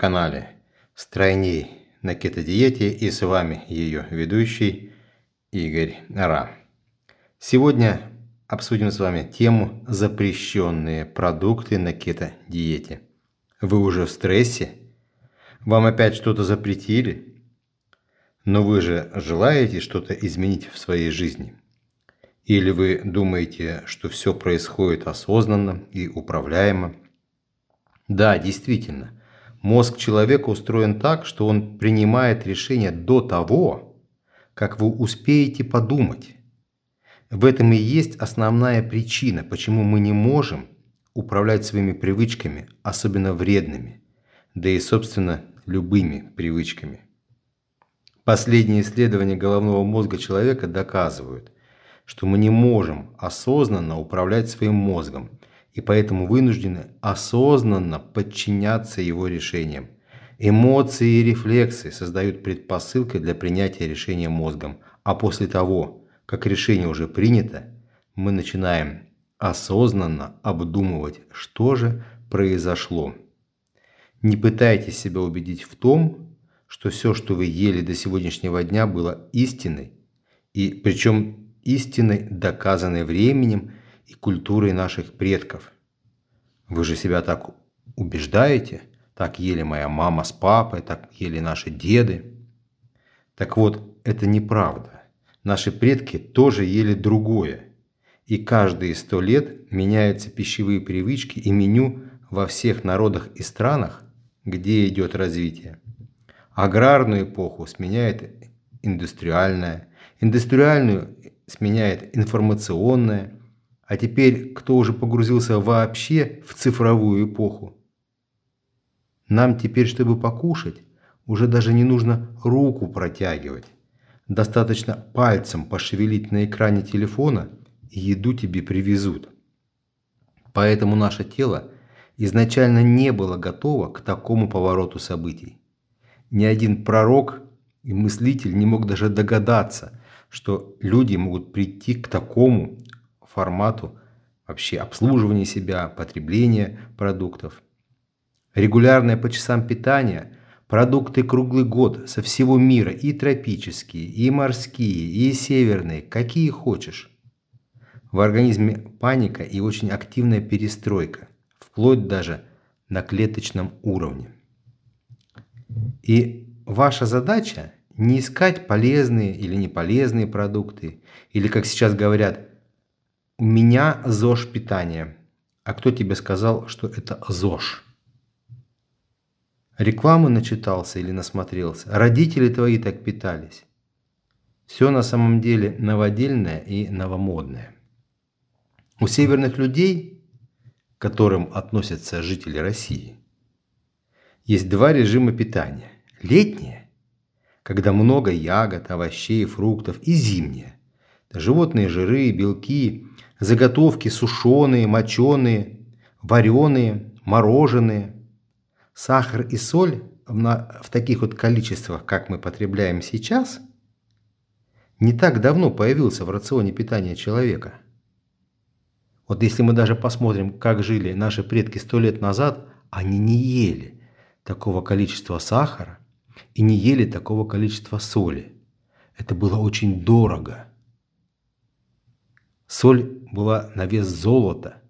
канале «Стройней на кетодиете» и с вами ее ведущий Игорь Ра. Сегодня обсудим с вами тему «Запрещенные продукты на кетодиете». Вы уже в стрессе? Вам опять что-то запретили? Но вы же желаете что-то изменить в своей жизни? Или вы думаете, что все происходит осознанно и управляемо? Да, действительно, мозг человека устроен так, что он принимает решения до того, как вы успеете подумать. В этом и есть основная причина, почему мы не можем управлять своими привычками, особенно вредными, да и, собственно, любыми привычками. Последние исследования головного мозга человека доказывают, что мы не можем осознанно управлять своим мозгом, и поэтому вынуждены осознанно подчиняться его решениям. Эмоции и рефлексы создают предпосылки для принятия решения мозгом, а после того, как решение уже принято, мы начинаем осознанно обдумывать, что же произошло. Не пытайтесь себя убедить в том, что все, что вы ели до сегодняшнего дня, было истиной, и причем истиной, доказанной временем и культурой наших предков. Вы же себя так убеждаете? Так ели моя мама с папой, так ели наши деды. Так вот, это неправда. Наши предки тоже ели другое. И каждые 100 лет меняются пищевые привычки и меню во всех народах и странах, где идет развитие. Аграрную эпоху сменяет индустриальная, индустриальную сменяет информационная, а теперь кто уже погрузился вообще в цифровую эпоху? Нам теперь, чтобы покушать, уже даже не нужно руку протягивать. Достаточно пальцем пошевелить на экране телефона, и еду тебе привезут. Поэтому наше тело изначально не было готово к такому повороту событий. Ни один пророк и мыслитель не мог даже догадаться, что люди могут прийти к такому формату вообще обслуживания себя, потребления продуктов. Регулярное по часам питание, продукты круглый год со всего мира, и тропические, и морские, и северные, какие хочешь. В организме паника и очень активная перестройка, вплоть даже на клеточном уровне. И ваша задача не искать полезные или неполезные продукты, или, как сейчас говорят, у меня ЗОЖ питания. А кто тебе сказал, что это ЗОЖ? Рекламы начитался или насмотрелся? Родители твои так питались? Все на самом деле новодельное и новомодное. У северных людей, к которым относятся жители России, есть два режима питания. Летнее, когда много ягод, овощей, фруктов, и зимнее. Животные жиры, белки, заготовки сушеные, моченые, вареные, мороженые. Сахар и соль в таких вот количествах, как мы потребляем сейчас, не так давно появился в рационе питания человека. Вот если мы даже посмотрим, как жили наши предки 100 лет назад, они не ели такого количества сахара и не ели такого количества соли. Это было очень дорого. Соль была на вес золота.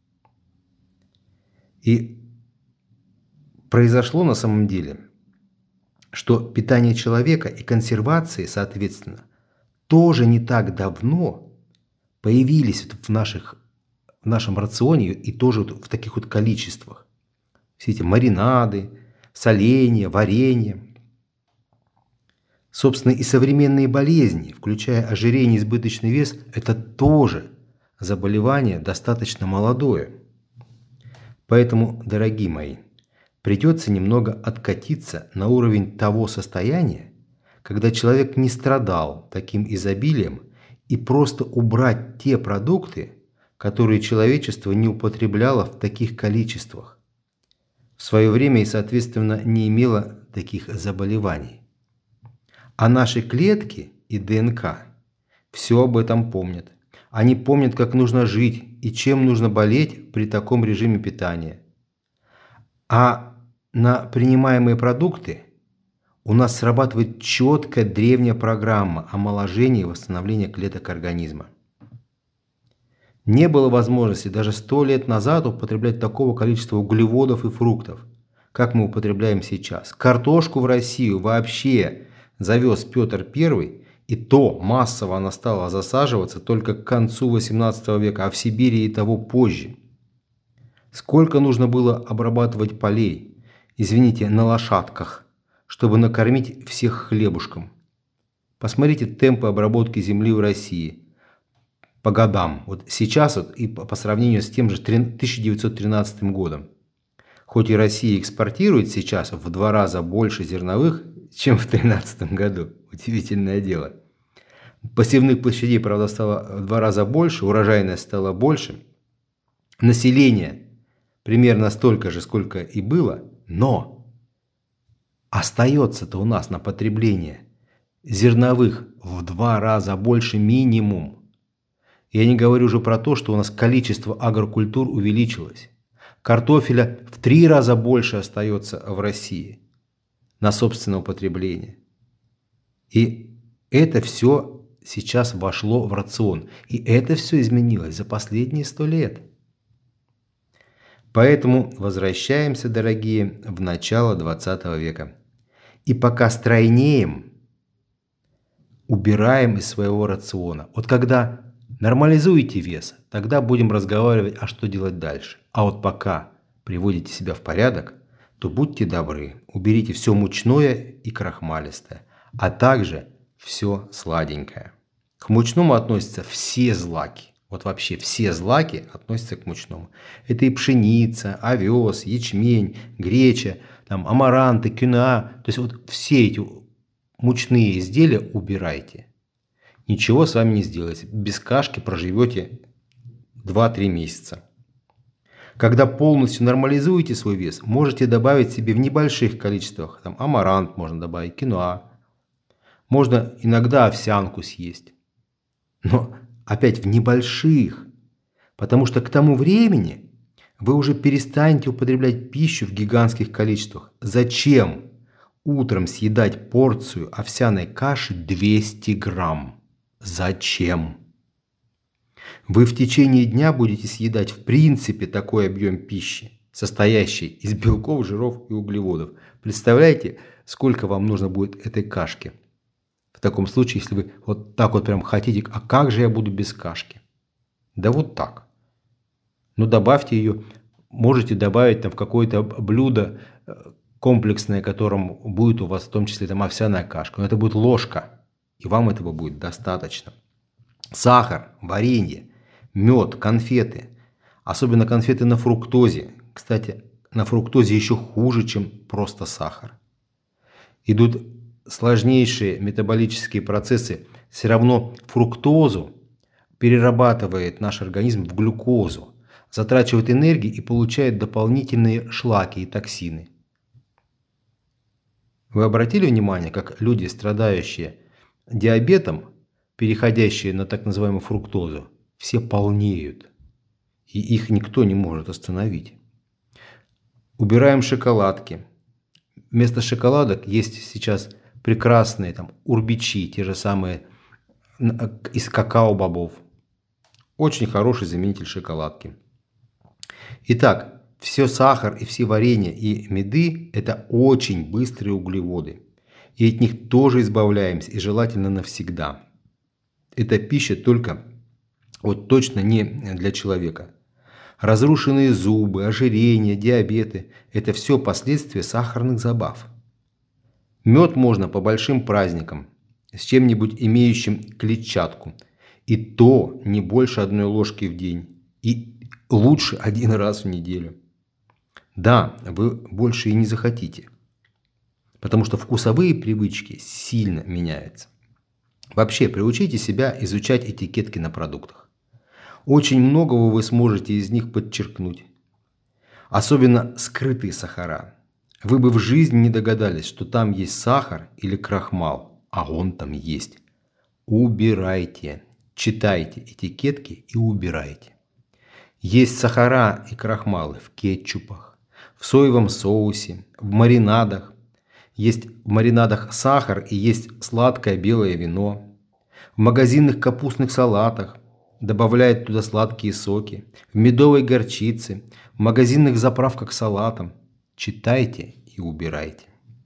И произошло на самом деле, что питание человека и консервации, соответственно, тоже не так давно появились в нашем рационе и тоже в таких вот количествах. Все эти маринады, соленья, варенье. Собственно, и современные болезни, включая ожирение и избыточный вес, это тоже заболевание достаточно молодое. Поэтому, дорогие мои, придется немного откатиться на уровень того состояния, когда человек не страдал таким изобилием, и просто убрать те продукты, которые человечество не употребляло в таких количествах в свое время и, соответственно, не имело таких заболеваний. А наши клетки и ДНК все об этом помнят. Они помнят, как нужно жить и чем нужно болеть при таком режиме питания. А на принимаемые продукты у нас срабатывает четкая древняя программа омоложения и восстановления клеток организма. Не было возможности даже 100 лет назад употреблять такого количества углеводов и фруктов, как мы употребляем сейчас. Картошку в Россию вообще завез Петр I, и то массово она стала засаживаться только к концу 18 века, а в Сибири и того позже. Сколько нужно было обрабатывать полей, извините, на лошадках, чтобы накормить всех хлебушком. Посмотрите темпы обработки земли в России по годам. Вот сейчас и по сравнению с тем же 1913 годом. Хоть и Россия экспортирует сейчас в 2 раза больше зерновых, чем в 2013 году. Удивительное дело. Посевных площадей, правда, стало в 2 раза больше, урожайность стала больше. Население примерно столько же, сколько и было, но остается-то у нас на потребление зерновых в 2 раза больше минимум. Я не говорю уже про то, что у нас количество агрокультур увеличилось. Картофеля в 3 раза больше остается в России на собственное употребление. И это все сейчас вошло в рацион. И это все изменилось за последние 100 лет. Поэтому возвращаемся, дорогие, в начало 20 века. И пока стройнеем, убираем из своего рациона. Вот когда нормализуете вес, тогда будем разговаривать, а что делать дальше. А вот пока приводите себя в порядок, то будьте добры, уберите все мучное и крахмалистое, а также все сладенькое. К мучному относятся все злаки. Вот вообще все злаки относятся к мучному. Это и пшеница, овес, ячмень, греча, там, амаранты, киноа. То есть вот все эти мучные изделия убирайте. Ничего с вами не сделается. Без кашки проживете 2-3 месяца. Когда полностью нормализуете свой вес, можете добавить себе в небольших количествах. Там, амарант можно добавить, киноа. Можно иногда овсянку съесть. Но опять в небольших. Потому что к тому времени вы уже перестанете употреблять пищу в гигантских количествах. Зачем утром съедать порцию овсяной каши 200 грамм? Зачем? Вы в течение дня будете съедать в принципе такой объем пищи, состоящий из белков, жиров и углеводов. Представляете, сколько вам нужно будет этой кашки? В таком случае, если вы вот так вот прям хотите, а как же я буду без кашки? Да вот так. Ну добавьте ее, можете добавить там в какое-то блюдо комплексное, которым будет у вас в том числе там овсяная кашка. Но это будет ложка, и вам этого будет достаточно. Сахар, варенье, мед, конфеты. Особенно конфеты на фруктозе. Кстати, на фруктозе еще хуже, чем просто сахар. Идут сложнейшие метаболические процессы. Все равно фруктозу перерабатывает наш организм в глюкозу, затрачивает энергию и получает дополнительные шлаки и токсины. Вы обратили внимание, как люди, страдающие диабетом, переходящие на так называемую фруктозу, все полнеют, и их никто не может остановить. Убираем шоколадки. Вместо шоколадок есть сейчас прекрасные там урбичи, те же самые из какао-бобов. Очень хороший заменитель шоколадки. Итак, все сахар и все варенья и меды – это очень быстрые углеводы. И от них тоже избавляемся, и желательно навсегда. Эта пища только вот точно не для человека. Разрушенные зубы, ожирение, диабеты – это все последствия сахарных забав. Мед можно по большим праздникам, с чем-нибудь имеющим клетчатку. И то не больше 1 ложки в день. И лучше 1 раз в неделю. Да, вы больше и не захотите. Потому что вкусовые привычки сильно меняются. Вообще, приучите себя изучать этикетки на продуктах. Очень многого вы сможете из них подчеркнуть. Особенно скрытые сахара. Вы бы в жизни не догадались, что там есть сахар или крахмал, а он там есть. Убирайте. Читайте этикетки и убирайте. Есть сахара и крахмалы в кетчупах, в соевом соусе, в маринадах. Есть в маринадах сахар и есть сладкое белое вино. В магазинных капустных салатах добавляют туда сладкие соки. В медовой горчице, в магазинных заправках к салатам. Читайте и убирайте.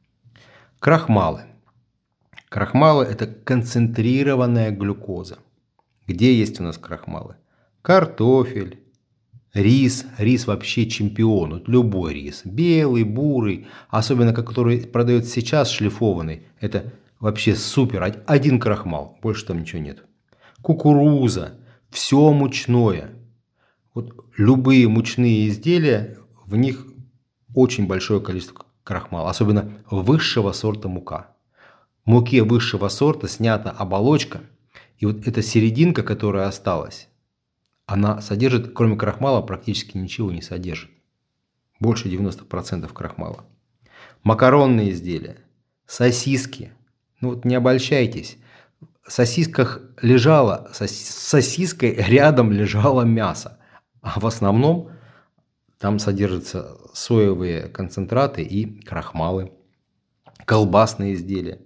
Крахмалы. Крахмалы – это концентрированная глюкоза. Где есть у нас крахмалы? Картофель, рис. Рис вообще чемпион. Вот любой рис. Белый, бурый. Особенно, который продается сейчас, шлифованный. Это вообще супер. Один крахмал. Больше там ничего нет. Кукуруза. Все мучное. Вот любые мучные изделия, в них очень большое количество крахмала. Особенно высшего сорта мука. В муке высшего сорта снята оболочка. И вот эта серединка, которая осталась, она содержит, кроме крахмала, практически ничего не содержит. Больше 90% крахмала. Макаронные изделия, сосиски. Ну вот не обольщайтесь. В сосисках лежало, с сосиской рядом лежало мясо. А в основном там содержатся соевые концентраты и крахмалы. Колбасные изделия.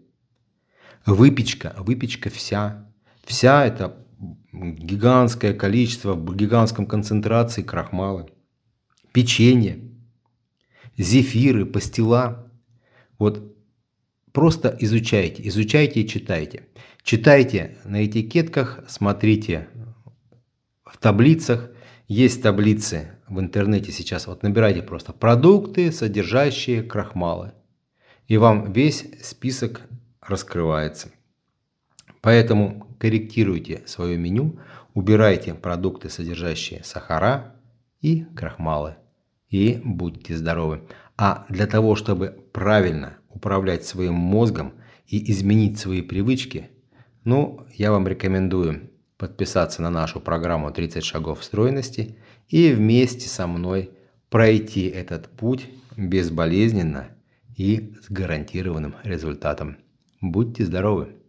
Выпечка. Выпечка вся. Вся это гигантское количество, в гигантском концентрации крахмалы. Печенье. Зефиры, пастила. Вот просто изучайте, изучайте и читайте. Читайте на этикетках, смотрите в таблицах. Есть таблицы в интернете сейчас. Вот набирайте просто продукты, содержащие крахмалы. И вам весь список раскрывается. Поэтому корректируйте свое меню, убирайте продукты, содержащие сахара и крахмалы. И будьте здоровы. А для того, чтобы правильно управлять своим мозгом и изменить свои привычки, я вам рекомендую подписаться на нашу программу 30 шагов стройности и вместе со мной пройти этот путь безболезненно и с гарантированным результатом. Будьте здоровы!